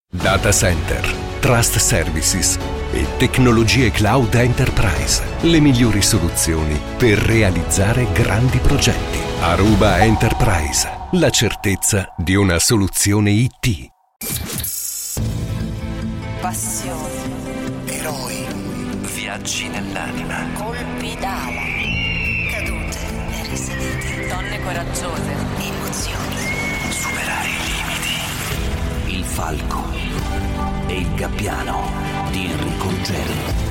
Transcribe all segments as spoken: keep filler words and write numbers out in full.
Data center, trust services e tecnologie cloud enterprise. Le migliori soluzioni per realizzare grandi progetti. Aruba Enterprise. La certezza di una soluzione I T. Passioni. Eroi. Viaggi nell'anima. Colpi d'ala. Cadute e risalite. Donne coraggiose. Emozioni. Superare i limiti. Il falco e il gabbiano di Enrico Ruggeri.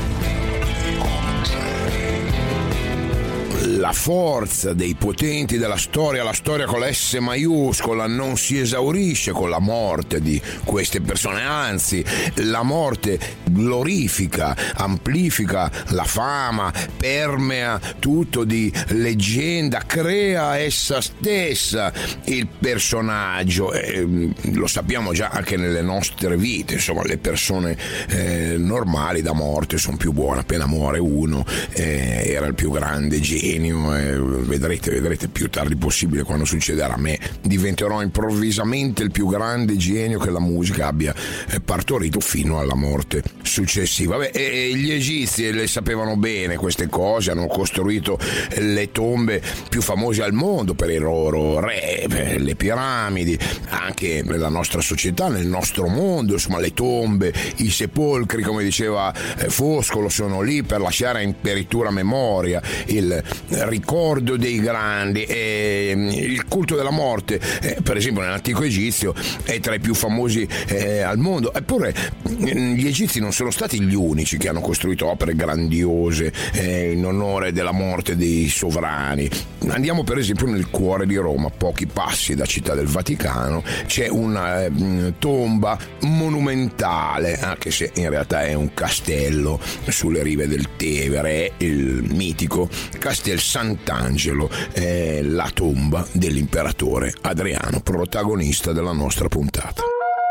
La forza dei potenti della storia, la storia con la S maiuscola, non si esaurisce con la morte di queste persone, anzi la morte glorifica, amplifica la fama, permea tutto di leggenda, crea essa stessa il personaggio, eh, lo sappiamo già anche nelle nostre vite, insomma le persone eh, normali da morte sono più buone, appena muore uno eh, era il più grande genio. Eh, vedrete, vedrete più tardi possibile quando succederà a me, diventerò improvvisamente il più grande genio che la musica abbia eh, partorito fino alla morte successiva. Beh, e, e gli egizi le sapevano bene queste cose, hanno costruito le tombe più famose al mondo per i loro re, per le piramidi, anche nella nostra società, nel nostro mondo, insomma le tombe, i sepolcri, come diceva eh, Foscolo, sono lì per lasciare in peritura memoria il ricordo dei grandi. E il culto della morte eh, per esempio nell'antico Egizio è tra i più famosi eh, al mondo, eppure gli egizi non sono stati gli unici che hanno costruito opere grandiose eh, in onore della morte dei sovrani. Andiamo per esempio nel cuore di Roma, pochi passi da Città del Vaticano, c'è una eh, tomba monumentale, anche se in realtà è un castello sulle rive del Tevere, il mitico Castel Sant'Angelo, è la tomba dell'imperatore Adriano, protagonista della nostra puntata.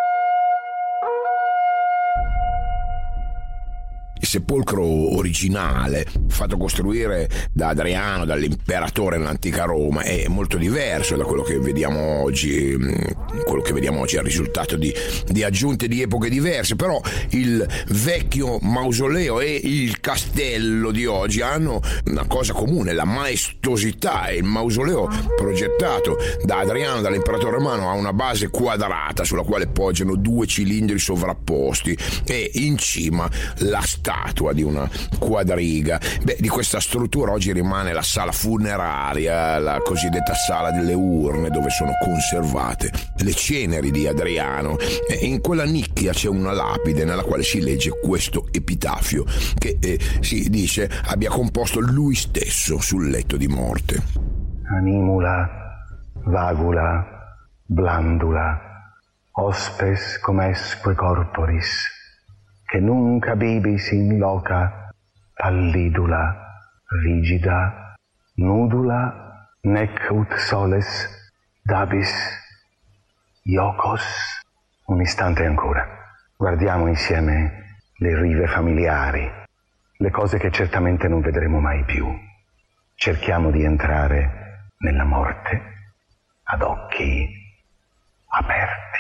Il sepolcro originale, fatto costruire da Adriano, dall'imperatore nell'antica Roma, è molto diverso da quello che vediamo oggi. Quello che vediamo oggi è il risultato di, di aggiunte di epoche diverse, però il vecchio mausoleo e il castello di oggi hanno una cosa comune, la maestosità. Il mausoleo progettato da Adriano, dall'imperatore romano, ha una base quadrata sulla quale poggiano due cilindri sovrapposti e in cima la statua di una quadriga. Beh, di questa struttura oggi rimane la sala funeraria, la cosiddetta sala delle urne, dove sono conservate le ceneri di Adriano. E in quella nicchia c'è una lapide nella quale si legge questo epitafio che eh, si dice abbia composto lui stesso sul letto di morte. Animula, vagula, blandula, hospes comesque corporis, che nunc abibis in loca, pallidula, rigida, nudula, nec ut soles, dabis, iocos. Un istante ancora. Guardiamo insieme le rive familiari, le cose che certamente non vedremo mai più. Cerchiamo di entrare nella morte ad occhi aperti.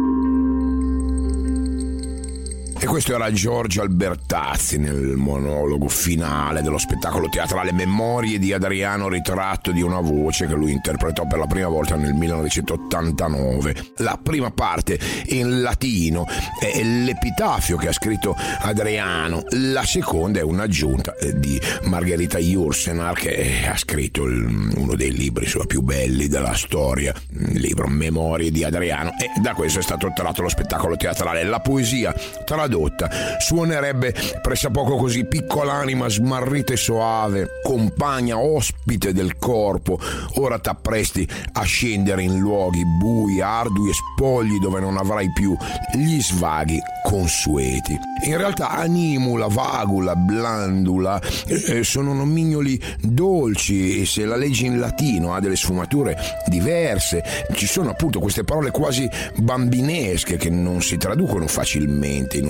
E questo era Giorgio Albertazzi nel monologo finale dello spettacolo teatrale Memorie di Adriano, ritratto di una voce, che lui interpretò per la prima volta nel millenovecentottantanove. La prima parte in latino è l'epitafio che ha scritto Adriano, la seconda è un'aggiunta di Margherita Yourcenar, che ha scritto uno dei libri insomma, più belli della storia, il libro Memorie di Adriano, e da questo è stato tratto lo spettacolo teatrale. La poesia tradotta suonerebbe pressappoco così: piccola anima smarrita e soave, compagna ospite del corpo, ora t'appresti a scendere in luoghi bui, ardui e spogli, dove non avrai più gli svaghi consueti. In realtà animula, vagula, blandula eh, sono nomignoli dolci, e se la leggi in latino ha delle sfumature diverse. Ci sono appunto queste parole quasi bambinesche che non si traducono facilmente in un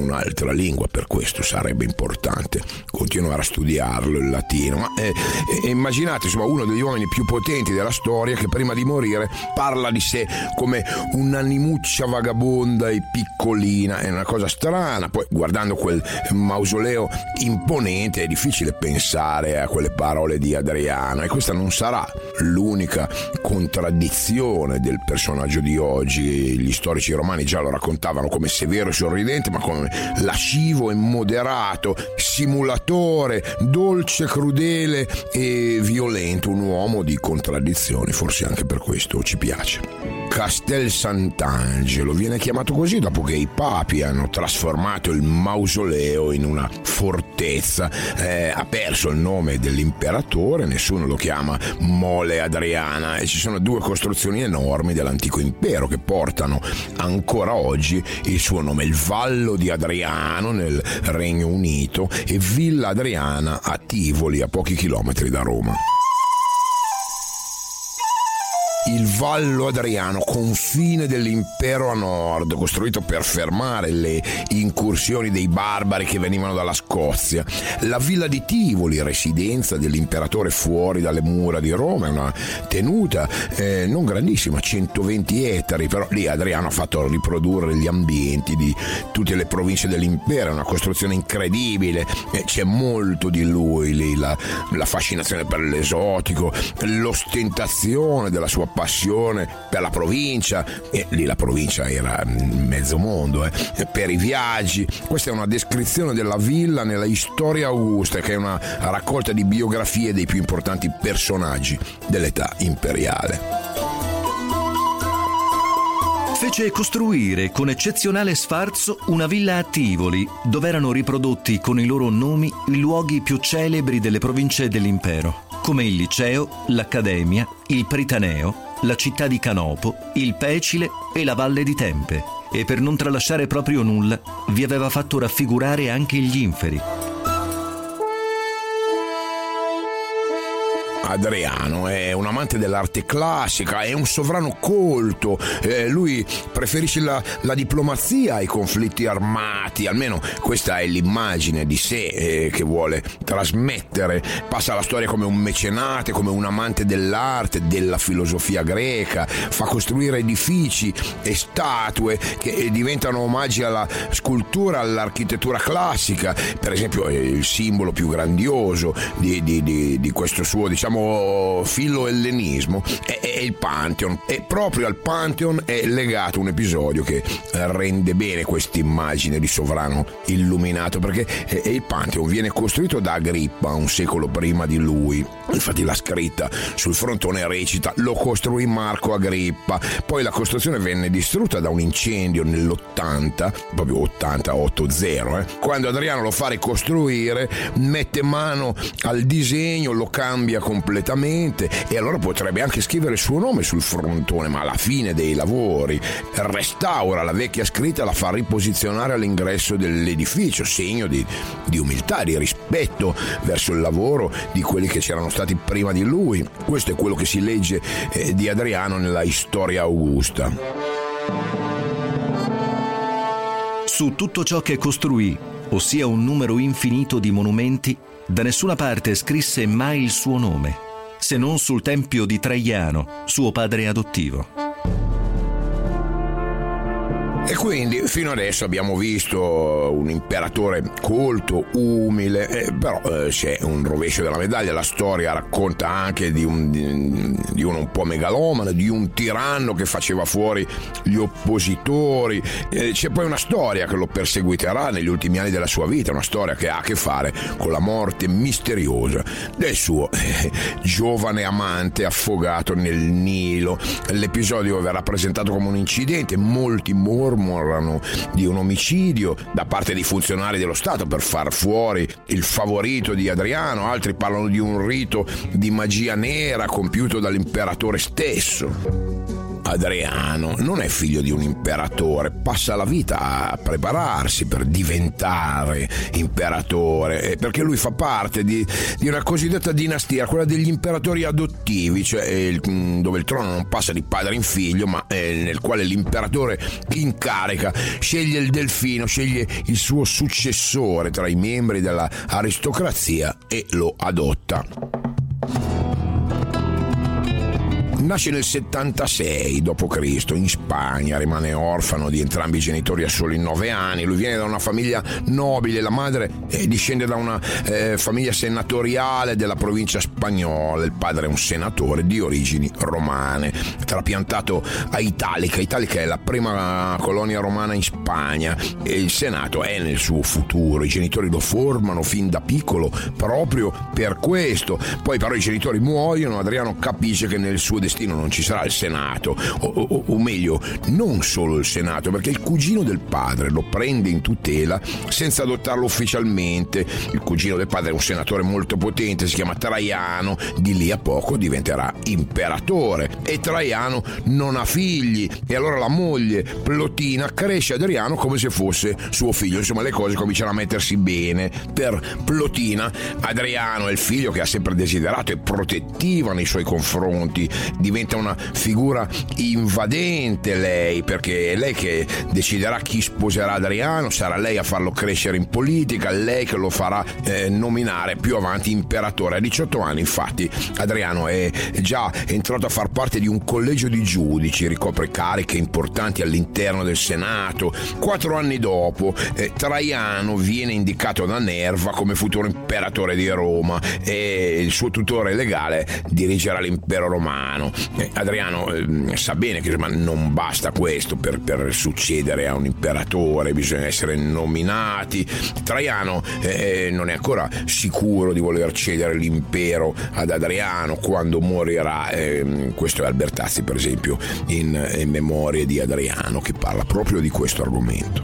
un'altra lingua, per questo sarebbe importante continuare a studiarlo, il latino. Ma eh, eh, immaginate, insomma, uno degli uomini più potenti della storia, che prima di morire parla di sé come un'animuccia vagabonda e piccolina. È una cosa strana. Poi, guardando quel mausoleo imponente, è difficile pensare a quelle parole di Adriano, e questa non sarà l'unica contraddizione del personaggio di oggi. Gli storici romani già lo raccontavano come severo e sorridente, ma come lascivo e moderato, simulatore, dolce, crudele e violento, un uomo di contraddizioni. Forse anche per questo ci piace. Castel Sant'Angelo viene chiamato così dopo che i papi hanno trasformato il mausoleo in una fortezza. Eh, ha perso il nome dell'imperatore, nessuno lo chiama Mole Adriana, e ci sono due costruzioni enormi dell'antico impero che portano ancora oggi il suo nome: il Vallo di Adriano nel Regno Unito e Villa Adriana a Tivoli, a pochi chilometri da Roma. Il Vallo Adriano, confine dell'impero a nord, costruito per fermare le incursioni dei barbari che venivano dalla Scozia. La villa di Tivoli, residenza dell'imperatore fuori dalle mura di Roma, è una tenuta eh, non grandissima, centoventi ettari, però lì Adriano ha fatto riprodurre gli ambienti di tutte le province dell'impero. È una costruzione incredibile, eh, c'è molto di lui lì, la, la fascinazione per l'esotico, l'ostentazione della sua passione per la provincia, e lì la provincia era mezzo mondo, eh, per i viaggi. Questa è una descrizione della villa nella Storia Augusta, che è una raccolta di biografie dei più importanti personaggi dell'età imperiale. Fece costruire con eccezionale sfarzo una villa a Tivoli, dove erano riprodotti con i loro nomi i luoghi più celebri delle province dell'impero, come il Liceo, l'Accademia, il Pritaneo, la città di Canopo, il Pecile e la Valle di Tempe, e per non tralasciare proprio nulla vi aveva fatto raffigurare anche gli inferi. Adriano è un amante dell'arte classica, è un sovrano colto, eh, lui preferisce la, la diplomazia ai conflitti armati, almeno questa è l'immagine di sé eh, che vuole trasmettere. Passa alla storia come un mecenate, come un amante dell'arte, della filosofia greca, fa costruire edifici e statue che diventano omaggi alla scultura, all'architettura classica. Per esempio il simbolo più grandioso di, di, di, di questo suo, diciamo, filo-ellenismo è, è il Pantheon, e proprio al Pantheon è legato un episodio che rende bene questa immagine di sovrano illuminato, perché è, il Pantheon viene costruito da Agrippa un secolo prima di lui. Infatti la scritta sul frontone recita: lo costruì Marco Agrippa. Poi la costruzione venne distrutta da un incendio nell'ottanta, proprio ottanta ottanta, eh. Quando Adriano lo fa ricostruire, mette mano al disegno, lo cambia completamente, e allora potrebbe anche scrivere il suo nome sul frontone, ma alla fine dei lavori restaura la vecchia scritta e la fa riposizionare all'ingresso dell'edificio, segno di, di umiltà, di rispetto verso il lavoro di quelli che c'erano stati prima di lui. Questo è quello che si legge eh, di Adriano nella Storia Augusta. Su tutto ciò che costruì, ossia un numero infinito di monumenti, da nessuna parte scrisse mai il suo nome, se non sul tempio di Traiano, suo padre adottivo. E quindi fino adesso abbiamo visto un imperatore colto, umile, eh, però eh, c'è un rovescio della medaglia. La storia racconta anche di, un, di, di uno un po' megalomane, di un tiranno che faceva fuori gli oppositori. Eh, c'è poi una storia che lo perseguiterà negli ultimi anni della sua vita, una storia che ha a che fare con la morte misteriosa del suo eh, giovane amante affogato nel Nilo. L'episodio verrà presentato come un incidente, molti mormono di un omicidio da parte di funzionari dello Stato per far fuori il favorito di Adriano, altri parlano di un rito di magia nera compiuto dall'imperatore stesso. Adriano non è figlio di un imperatore, passa la vita a prepararsi per diventare imperatore, perché lui fa parte di, di una cosiddetta dinastia, quella degli imperatori adottivi, cioè il, dove il trono non passa di padre in figlio, ma eh, nel quale l'imperatore in carica sceglie il delfino, sceglie il suo successore tra i membri della aristocrazia e lo adotta. Nasce nel settantasei dopo Cristo in Spagna, rimane orfano di entrambi i genitori a soli nove anni. Lui viene da una famiglia nobile, la madre eh, discende da una eh, famiglia senatoriale della provincia spagnola, il padre è un senatore di origini romane, trapiantato a Italica. Italica è la prima colonia romana in Spagna e il senato è nel suo futuro. I genitori lo formano fin da piccolo proprio per questo. Poi però i genitori muoiono, Adriano capisce che nel suo destino non ci sarà il Senato, o, o, o meglio, non solo il Senato, perché il cugino del padre lo prende in tutela senza adottarlo ufficialmente. Il cugino del padre è un senatore molto potente, si chiama Traiano, di lì a poco diventerà imperatore, e Traiano non ha figli, e allora la moglie Plotina cresce Adriano come se fosse suo figlio. Insomma, le cose cominciano a mettersi bene per Plotina. Adriano è il figlio che ha sempre desiderato e protettiva nei suoi confronti. Diventa una figura invadente lei, perché è lei che deciderà chi sposerà Adriano, sarà lei a farlo crescere in politica, lei che lo farà eh, nominare più avanti imperatore. A diciotto anni infatti Adriano è già entrato a far parte di un collegio di giudici, ricopre cariche importanti all'interno del Senato. Quattro anni dopo eh, Traiano viene indicato da Nerva come futuro imperatore di Roma e il suo tutore legale dirigerà l'impero romano. Eh, Adriano eh, sa bene che insomma, non basta questo per, per succedere a un imperatore, bisogna essere nominati. Traiano eh, non è ancora sicuro di voler cedere l'impero ad Adriano quando morirà. Eh, questo è Albertazzi, per esempio, in, in Memorie di Adriano, che parla proprio di questo argomento.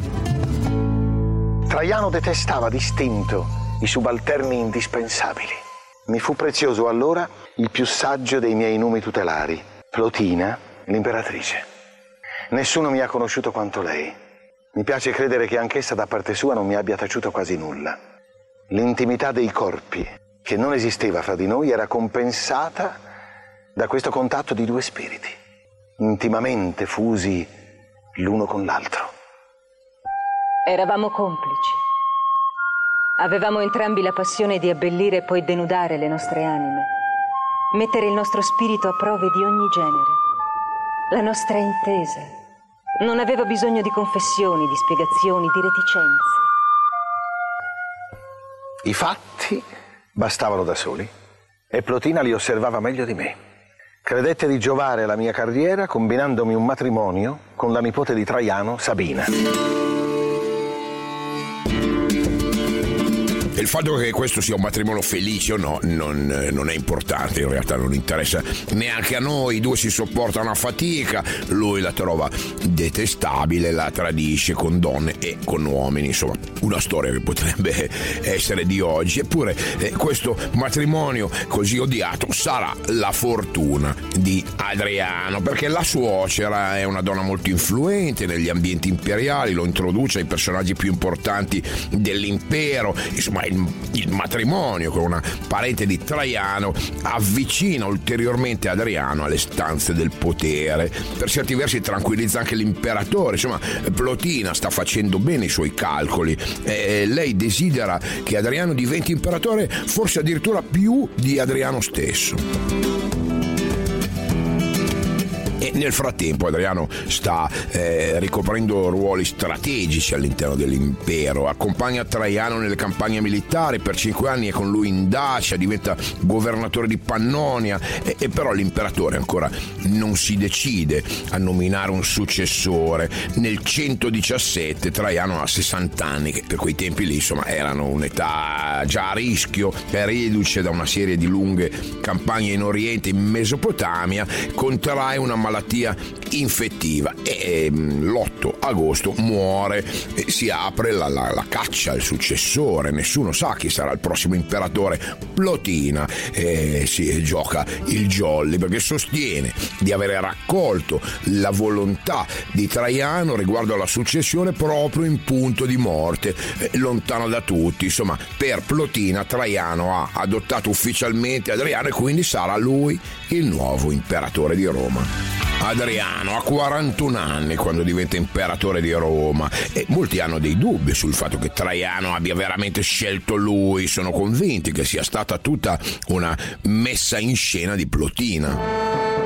Traiano detestava distinto i subalterni indispensabili. Mi fu prezioso allora il più saggio dei miei numi tutelari, Plotina, l'imperatrice. Nessuno mi ha conosciuto quanto lei. Mi piace credere che anch'essa da parte sua non mi abbia taciuto quasi nulla. L'intimità dei corpi, che non esisteva fra di noi, era compensata da questo contatto di due spiriti, intimamente fusi l'uno con l'altro. Eravamo complici. Avevamo entrambi la passione di abbellire e poi denudare le nostre anime, mettere il nostro spirito a prove di ogni genere. La nostra intesa non aveva bisogno di confessioni, di spiegazioni, di reticenze. I fatti bastavano da soli e Plotina li osservava meglio di me. Credette di giovare alla mia carriera combinandomi un matrimonio con la nipote di Traiano, Sabina. Il fatto che questo sia un matrimonio felice o no non, non è importante, in realtà non interessa neanche a noi. I due si sopportano a fatica, lui la trova detestabile, la tradisce con donne e con uomini, insomma una storia che potrebbe essere di oggi. Eppure eh, questo matrimonio così odiato sarà la fortuna di Adriano, perché la suocera è una donna molto influente negli ambienti imperiali, lo introduce ai personaggi più importanti dell'impero. Insomma, il, il matrimonio con una parente di Traiano avvicina ulteriormente Adriano alle stanze del potere. Per certi versi tranquillizza anche l'imperatore. Insomma, Plotina sta facendo bene i suoi calcoli. Eh, lei desidera che Adriano diventi imperatore, forse addirittura più di Adriano stesso. E nel frattempo Adriano sta eh, ricoprendo ruoli strategici all'interno dell'impero, accompagna Traiano nelle campagne militari, per cinque anni è con lui in Dacia, diventa governatore di Pannonia, e, e però l'imperatore ancora non si decide a nominare un successore. Nel centodiciassette Traiano ha sessanta anni, che per quei tempi lì insomma erano un'età già a rischio, è reduce da una serie di lunghe campagne in Oriente, in Mesopotamia, contrae una malattia malattia infettiva e l'otto agosto muore e si apre la, la, la caccia al successore. Nessuno sa chi sarà il prossimo imperatore. Plotina e si gioca il jolly perché sostiene di avere raccolto la volontà di Traiano riguardo alla successione proprio in punto di morte, eh, lontano da tutti. Insomma, per Plotina Traiano ha adottato ufficialmente Adriano e quindi sarà lui il nuovo imperatore di Roma. Adriano ha quarantuno anni quando diventa imperatore di Roma e molti hanno dei dubbi sul fatto che Traiano abbia veramente scelto lui. Sono convinti che sia stata tutta una messa in scena di Plotina.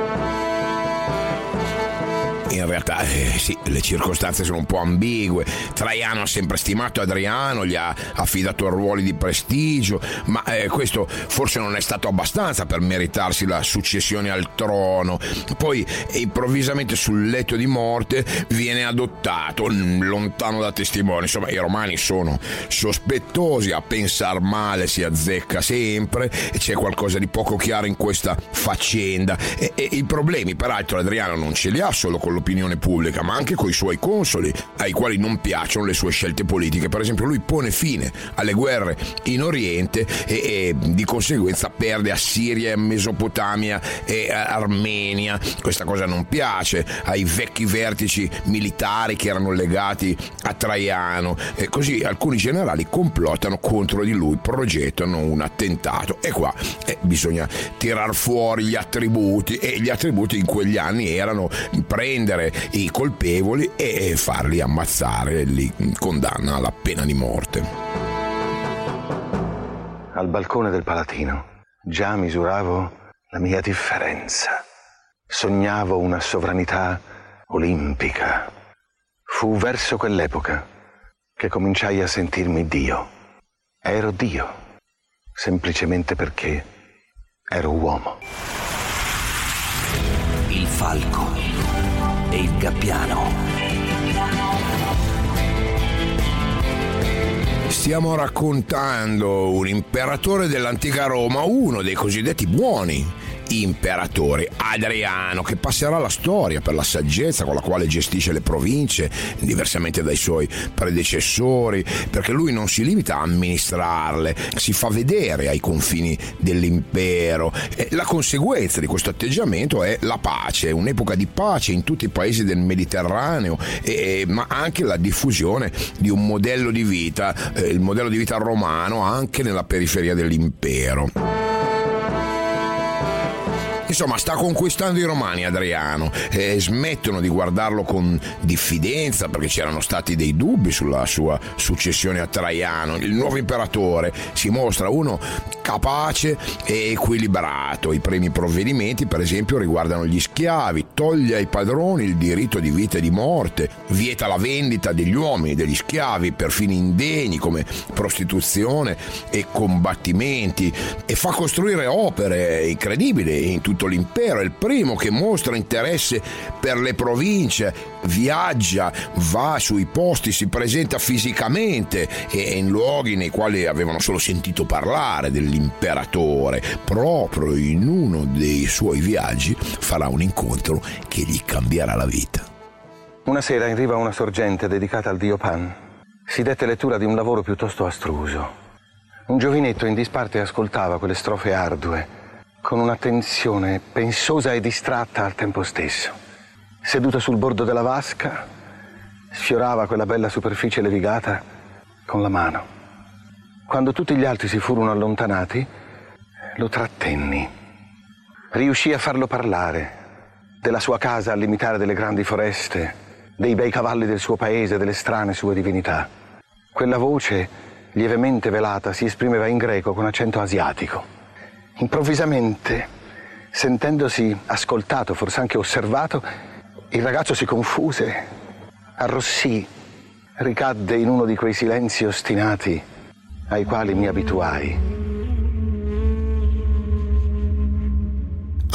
In realtà eh, sì, le circostanze sono un po' ambigue. Traiano ha sempre stimato Adriano, gli ha affidato ruoli di prestigio, ma eh, questo forse non è stato abbastanza per meritarsi la successione al trono. Poi eh, improvvisamente sul letto di morte viene adottato, lontano da testimoni. Insomma, i romani sono sospettosi, a pensar male si azzecca sempre e c'è qualcosa di poco chiaro in questa faccenda. E, e i problemi, peraltro, Adriano non ce li ha solo con l'opinione pubblica, ma anche coi suoi consoli, ai quali non piacciono le sue scelte politiche. Per esempio, lui pone fine alle guerre in Oriente e, e di conseguenza perde Assiria, Mesopotamia e Armenia. Questa cosa non piace ai vecchi vertici militari che erano legati a Traiano, e così alcuni generali complottano contro di lui, progettano un attentato e qua eh, bisogna tirar fuori gli attributi, e gli attributi in quegli anni erano prendere i colpevoli e farli ammazzare, li condanna alla pena di morte. Al balcone del Palatino già misuravo la mia differenza. Sognavo una sovranità olimpica. Fu verso quell'epoca che cominciai a sentirmi Dio. Ero Dio, semplicemente perché ero uomo. Il falco e il gabbiano. Stiamo raccontando un imperatore dell'antica Roma, uno dei cosiddetti buoni imperatori, Adriano, che passerà alla storia per la saggezza con la quale gestisce le province, diversamente dai suoi predecessori, perché lui non si limita a amministrarle, si fa vedere ai confini dell'impero. E la conseguenza di questo atteggiamento è la pace, un'epoca di pace in tutti i paesi del Mediterraneo, e, ma anche la diffusione di un modello di vita, eh, il modello di vita romano, anche nella periferia dell'impero. Insomma, sta conquistando i romani Adriano, e smettono di guardarlo con diffidenza perché c'erano stati dei dubbi sulla sua successione a Traiano. Il nuovo imperatore si mostra uno capace e equilibrato. I primi provvedimenti, per esempio, riguardano gli schiavi, toglie ai padroni il diritto di vita e di morte, vieta la vendita degli uomini, degli schiavi per fini indegni come prostituzione e combattimenti, e fa costruire opere incredibili in tutto l'impero. È il primo che mostra interesse per le province, viaggia, va sui posti, si presenta fisicamente e in luoghi nei quali avevano solo sentito parlare dell'imperatore. Proprio in uno dei suoi viaggi farà un incontro che gli cambierà la vita. Una sera in riva a una sorgente dedicata al dio Pan si dette lettura di un lavoro piuttosto astruso. Un giovinetto in disparte ascoltava quelle strofe ardue con un'attenzione pensosa e distratta al tempo stesso. Seduto sul bordo della vasca, sfiorava quella bella superficie levigata con la mano. Quando tutti gli altri si furono allontanati, lo trattenni. Riuscì a farlo parlare della sua casa al limitare delle grandi foreste, dei bei cavalli del suo paese, delle strane sue divinità. Quella voce, lievemente velata, si esprimeva in greco con accento asiatico. Improvvisamente, sentendosi ascoltato, forse anche osservato, il ragazzo si confuse, arrossì, ricadde in uno di quei silenzi ostinati ai quali mi abituai.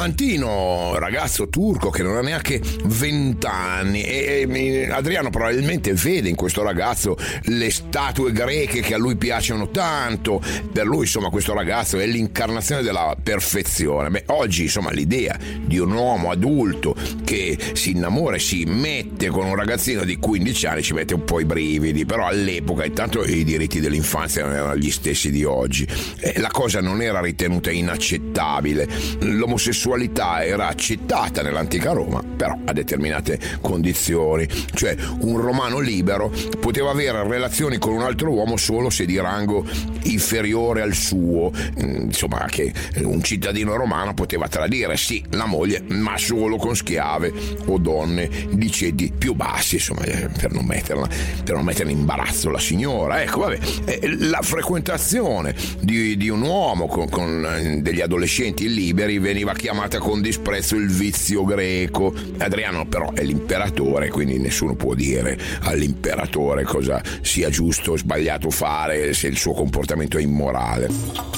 Antino, ragazzo turco che non ha neanche vent'anni, e, e Adriano probabilmente vede in questo ragazzo le statue greche che a lui piacciono tanto. Per lui, insomma, questo ragazzo è l'incarnazione della perfezione. Beh, oggi, insomma, l'idea di un uomo adulto che si innamora e si mette con un ragazzino di quindici anni ci mette un po' i brividi, però all'epoca intanto i diritti dell'infanzia non erano gli stessi di oggi, e la cosa non era ritenuta inaccettabile. L'omosessualità era accettata nell'antica Roma, però a determinate condizioni, cioè un romano libero poteva avere relazioni con un altro uomo solo se di rango inferiore al suo, insomma, che un cittadino romano poteva tradire sì la moglie, ma solo con schiave o donne di ceti più bassi, insomma, per non metterla per non mettere in imbarazzo la signora. Ecco, vabbè, la frequentazione di, di un uomo con, con degli adolescenti liberi veniva chiamata con disprezzo il vizio greco. Adriano però è l'imperatore, quindi nessuno può dire all'imperatore cosa sia giusto o sbagliato fare, se il suo comportamento è immorale.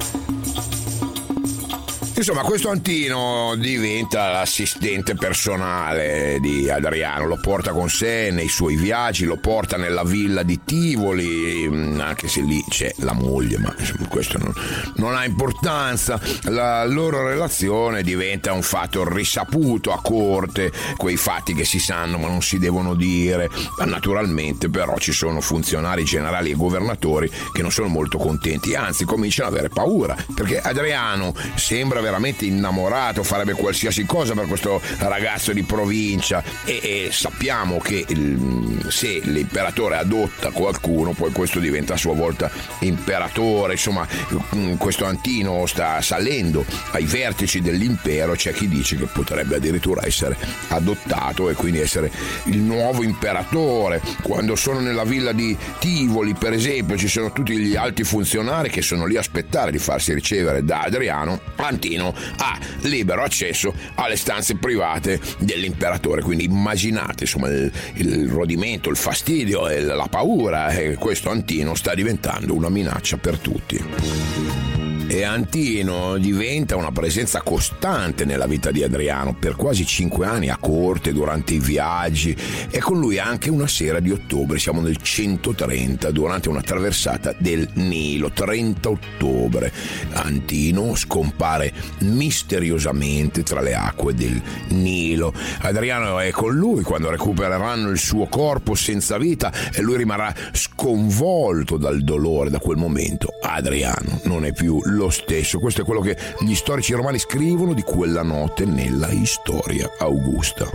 Insomma, questo Antino diventa l'assistente personale di Adriano, lo porta con sé nei suoi viaggi, lo porta nella villa di Tivoli, anche se lì c'è la moglie, ma insomma, questo non, non ha importanza. La loro relazione diventa un fatto risaputo a corte, quei fatti che si sanno ma non si devono dire. Ma naturalmente però ci sono funzionari generali e governatori che non sono molto contenti, anzi cominciano ad avere paura, perché Adriano sembra veramente innamorato, farebbe qualsiasi cosa per questo ragazzo di provincia, e, e sappiamo che il, se l'imperatore adotta qualcuno, poi questo diventa a sua volta imperatore. Insomma, questo Antino sta salendo ai vertici dell'impero. C'è chi dice che potrebbe addirittura essere adottato e quindi essere il nuovo imperatore. Quando sono nella villa di Tivoli, per esempio, ci sono tutti gli alti funzionari che sono lì a aspettare di farsi ricevere da Adriano. Antino ha libero accesso alle stanze private dell'imperatore, quindi immaginate, insomma, il, il rodimento, il fastidio e la paura, e questo Antino sta diventando una minaccia per tutti. E Antino diventa una presenza costante nella vita di Adriano per quasi cinque anni a corte, durante i viaggi, e con lui anche una sera di ottobre, siamo nel centotrenta, durante una traversata del Nilo. Trenta ottobre, Antino scompare misteriosamente tra le acque del Nilo. Adriano è con lui quando recupereranno il suo corpo senza vita e lui rimarrà sconvolto dal dolore. Da quel momento Adriano non è più lo stesso. Questo è quello che gli storici romani scrivono di quella notte nella Historia Augusta.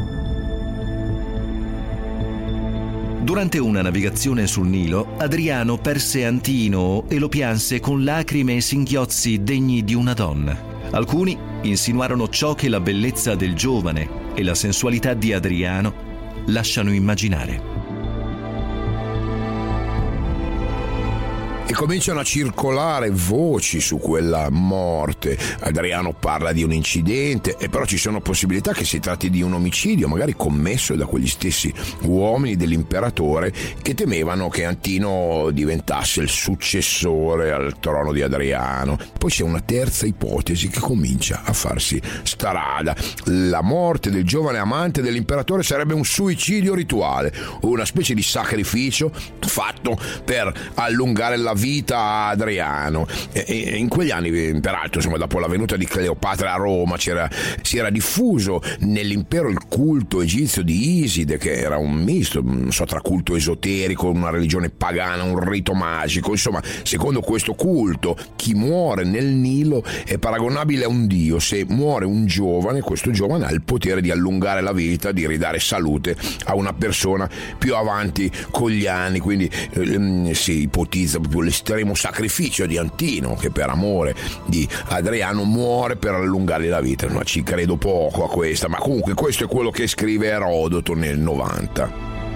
Durante una navigazione sul Nilo, Adriano perse Antino e lo pianse con lacrime e singhiozzi degni di una donna. Alcuni insinuarono ciò che la bellezza del giovane e la sensualità di Adriano lasciano immaginare. E cominciano a circolare voci su quella morte. Adriano parla di un incidente, e però ci sono possibilità che si tratti di un omicidio, magari commesso da quegli stessi uomini dell'imperatore che temevano che Antino diventasse il successore al trono di Adriano. Poi c'è una terza ipotesi che comincia a farsi strada. La morte del giovane amante dell'imperatore sarebbe un suicidio rituale, una specie di sacrificio fatto per allungare la vita a Adriano. E in quegli anni, peraltro, insomma, dopo la venuta di Cleopatra a Roma, c'era, si era diffuso nell'impero il culto egizio di Iside, che era un misto, non so, tra culto esoterico, una religione pagana, un rito magico. Insomma, secondo questo culto, chi muore nel Nilo è paragonabile a un dio. Se muore un giovane, questo giovane ha il potere di allungare la vita, di ridare salute a una persona più avanti con gli anni. Quindi ehm, si ipotizza proprio l'estremo sacrificio di Antino, che per amore di Adriano muore per allungargli la vita. Ma ci credo poco a questa, ma comunque questo è quello che scrive Erodoto nel novanta.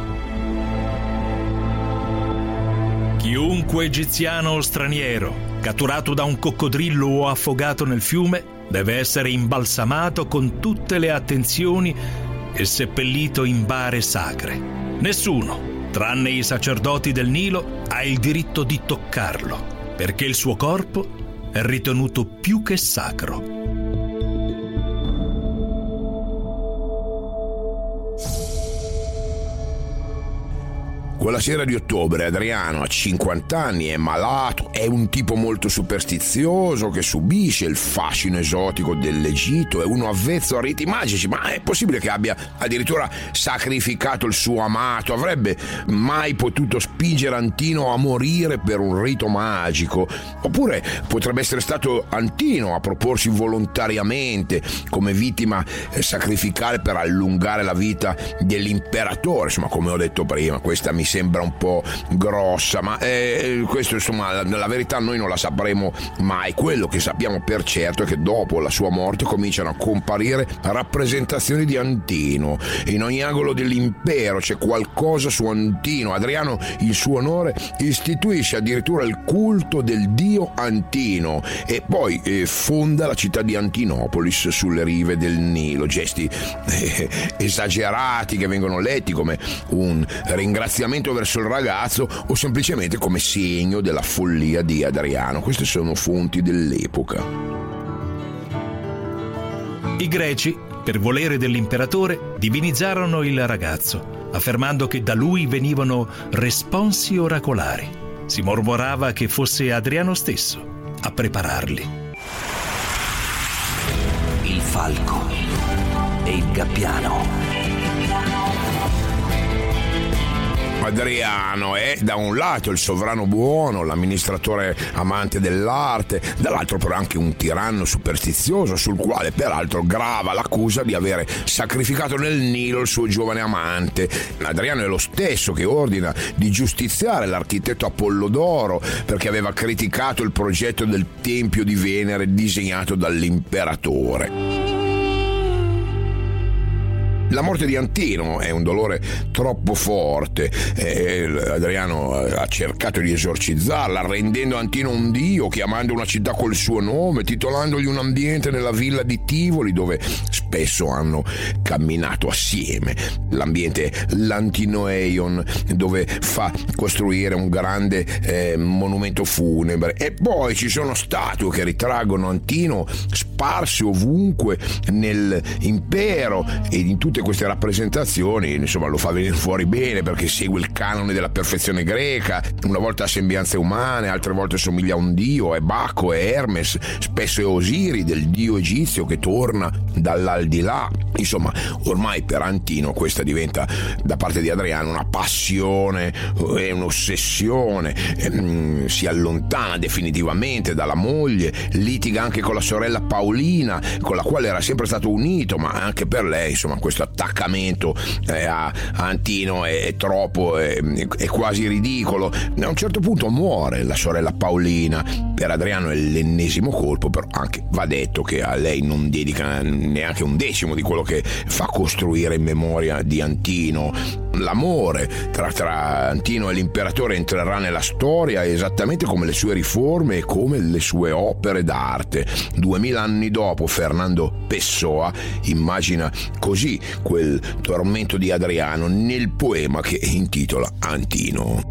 Chiunque egiziano o straniero catturato da un coccodrillo o affogato nel fiume deve essere imbalsamato con tutte le attenzioni e seppellito in bare sacre. Nessuno, tranne i sacerdoti del Nilo, ha il diritto di toccarlo, perché il suo corpo è ritenuto più che sacro. Quella sera di ottobre Adriano ha cinquanta anni, è malato, è un tipo molto superstizioso che subisce il fascino esotico dell'Egitto, è uno avvezzo a riti magici, ma è possibile che abbia addirittura sacrificato il suo amato? Avrebbe mai potuto spingere Antino a morire per un rito magico? Oppure potrebbe essere stato Antino a proporsi volontariamente come vittima sacrificale per allungare la vita dell'imperatore? Insomma, come ho detto prima, questa mi sembra un po' grossa, ma eh, questo insomma la, la verità noi non la sapremo mai. Quello che sappiamo per certo è che dopo la sua morte cominciano a comparire rappresentazioni di Antino. In ogni angolo dell'impero c'è qualcosa su Antino. Adriano, in suo onore, istituisce addirittura il culto del dio Antino e poi eh, fonda la città di Antinopolis sulle rive del Nilo. Gesti eh, esagerati che vengono letti come un ringraziamento verso il ragazzo o semplicemente come segno della follia di Adriano. Queste sono fonti dell'epoca. I greci, per volere dell'imperatore, divinizzarono il ragazzo, affermando che da lui venivano responsi oracolari. Si mormorava che fosse Adriano stesso a prepararli. Il falco e il gabbiano. Adriano è da un lato il sovrano buono, l'amministratore amante dell'arte, dall'altro però anche un tiranno superstizioso sul quale peraltro grava l'accusa di avere sacrificato nel Nilo il suo giovane amante. Adriano è lo stesso che ordina di giustiziare l'architetto Apollodoro perché aveva criticato il progetto del tempio di Venere disegnato dall'imperatore. La morte di Antino è un dolore troppo forte. Eh, Adriano ha cercato di esorcizzarla, rendendo Antino un dio, chiamando una città col suo nome, titolandogli un ambiente nella villa di Tivoli dove spesso hanno camminato assieme. L'ambiente l'Antinoeion, dove fa costruire un grande eh, monumento funebre. E poi ci sono statue che ritraggono Antino sparse ovunque nell'impero, ed in tutte queste rappresentazioni insomma lo fa venire fuori bene perché segue il canone della perfezione greca. Una volta ha sembianze umane, altre volte somiglia a un dio, è Bacco, è Hermes, spesso è Osiri, del dio egizio che torna dall'aldilà. Insomma, ormai per Antino questa diventa da parte di Adriano una passione, è un'ossessione. Ehm, si allontana definitivamente dalla moglie, litiga anche con la sorella Paolina, con la quale era sempre stato unito, ma anche per lei insomma questo attaccamento eh, a, a Antino è, è troppo, è, è quasi ridicolo. A un certo punto muore la sorella Paolina. Per Adriano è l'ennesimo colpo, però anche va detto che a lei non dedica neanche un decimo di quello che fa costruire in memoria di Antino. L'amore tra, tra Antino e l'imperatore entrerà nella storia esattamente come le sue riforme e come le sue opere d'arte. Duemila anni dopo Fernando Pessoa immagina così quel tormento di Adriano nel poema che intitola Antino.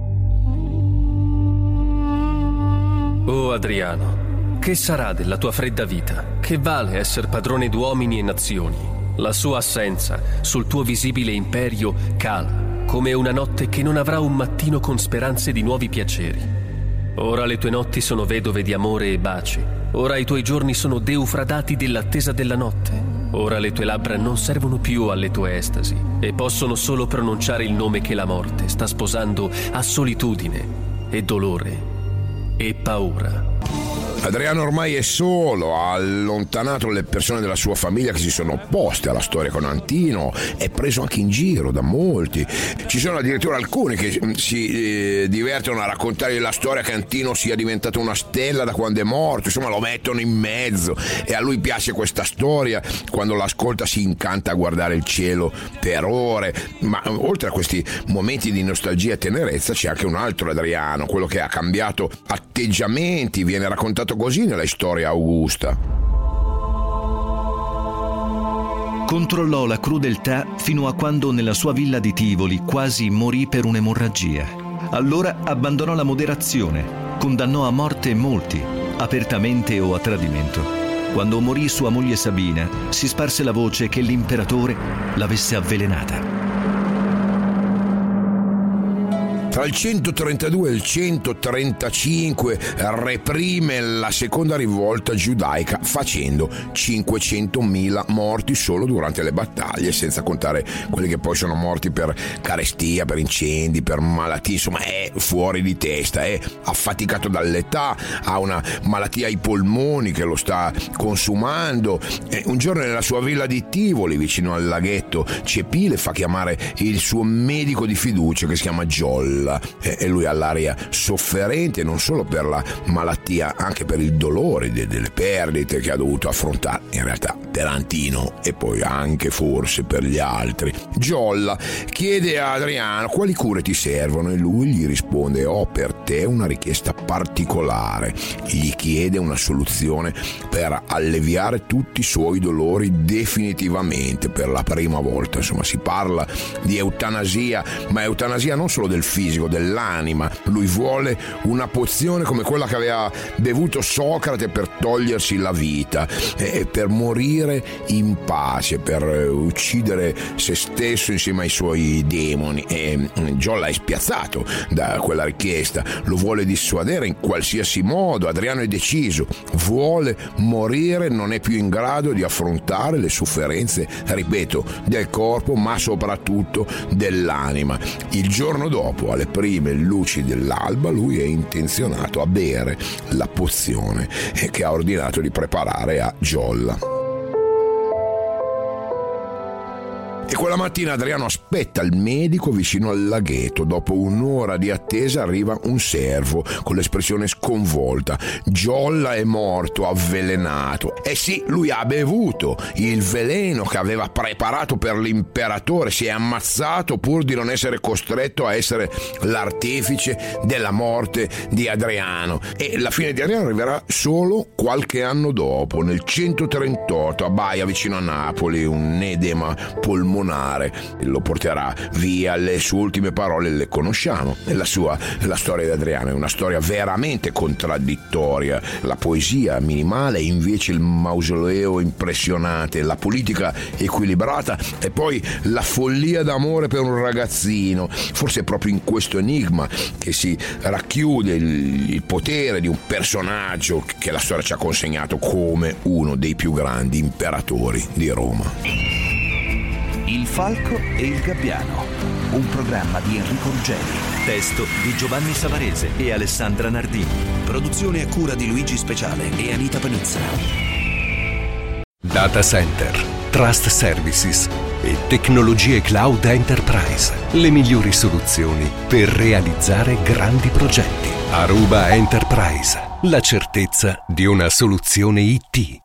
Oh Adriano, che sarà della tua fredda vita? Che vale essere padrone d'uomini e nazioni? La sua assenza sul tuo visibile imperio cala, come una notte che non avrà un mattino con speranze di nuovi piaceri. Ora le tue notti sono vedove di amore e baci. Ora i tuoi giorni sono deufradati dell'attesa della notte. Ora le tue labbra non servono più alle tue estasi e possono solo pronunciare il nome che la morte sta sposando a solitudine e dolore e paura. Adriano ormai è solo, ha allontanato le persone della sua famiglia che si sono opposte alla storia con Antino, è preso anche in giro da molti. Ci sono addirittura alcuni che si eh, divertono a raccontare la storia che Antino sia diventato una stella da quando è morto, insomma lo mettono in mezzo, e a lui piace questa storia. Quando l'ascolta si incanta a guardare il cielo per ore. Ma oltre a questi momenti di nostalgia e tenerezza c'è anche un altro Adriano, quello che ha cambiato atteggiamenti, viene raccontato così nella storia augusta. Controllò la crudeltà fino a quando nella sua villa di Tivoli quasi morì per un'emorragia. Allora abbandonò la moderazione, condannò a morte molti, apertamente o a tradimento. Quando morì sua moglie Sabina, si sparse la voce che l'imperatore l'avesse avvelenata. Tra il centotrentadue e il centotrentacinque reprime la seconda rivolta giudaica facendo cinquecentomila morti solo durante le battaglie, senza contare quelli che poi sono morti per carestia, per incendi, per malattie. Insomma, è fuori di testa, è affaticato dall'età, ha una malattia ai polmoni che lo sta consumando. E un giorno nella sua villa di Tivoli, vicino al laghetto Cepile, fa chiamare il suo medico di fiducia che si chiama Giolla, e lui ha l'aria sofferente non solo per la malattia, anche per il dolore delle perdite che ha dovuto affrontare, in realtà per Antino e poi anche forse per gli altri. Giolla chiede a Adriano quali cure ti servono e lui gli risponde: ho per te una richiesta particolare. Gli chiede una soluzione per alleviare tutti i suoi dolori definitivamente, per la prima volta. Insomma, si parla di eutanasia, ma eutanasia non solo del fisico, dell'anima. Lui vuole una pozione come quella che aveva bevuto Socrate per togliersi la vita e per morire in pace, per uccidere se stesso insieme ai suoi demoni. E Giolla è spiazzato da quella richiesta, lo vuole dissuadere in qualsiasi modo. Adriano è deciso, vuole morire, non è più in grado di affrontare le sofferenze, ripeto, del corpo, ma soprattutto dell'anima. Il giorno dopo, alle prime luci dell'alba, lui è intenzionato a bere la pozione che ha ordinato di preparare a Giolla. E quella mattina Adriano aspetta il medico vicino al laghetto. Dopo un'ora di attesa arriva un servo con l'espressione sconvolta. Giolla è morto, avvelenato. Eh sì, lui ha bevuto il veleno che aveva preparato per l'imperatore, si è ammazzato pur di non essere costretto a essere l'artefice della morte di Adriano. E la fine di Adriano arriverà solo qualche anno dopo, nel centotrentotto, a Baia, vicino a Napoli. Un edema polmonare lo porterà via. Le sue ultime parole le conosciamo. La sua, la storia di Adriano è una storia veramente contraddittoria. La poesia minimale, invece il mausoleo impressionante, la politica equilibrata e poi la follia d'amore per un ragazzino. Forse è proprio in questo enigma che si racchiude il, il potere di un personaggio che la storia ci ha consegnato come uno dei più grandi imperatori di Roma. Il Falco e il Gabbiano, un programma di Enrico Ruggeri. Testo di Giovanni Savarese e Alessandra Nardini. Produzione a cura di Luigi Speciale e Anita Panizza. Data Center, Trust Services e tecnologie cloud enterprise. Le migliori soluzioni per realizzare grandi progetti. Aruba Enterprise, la certezza di una soluzione I T.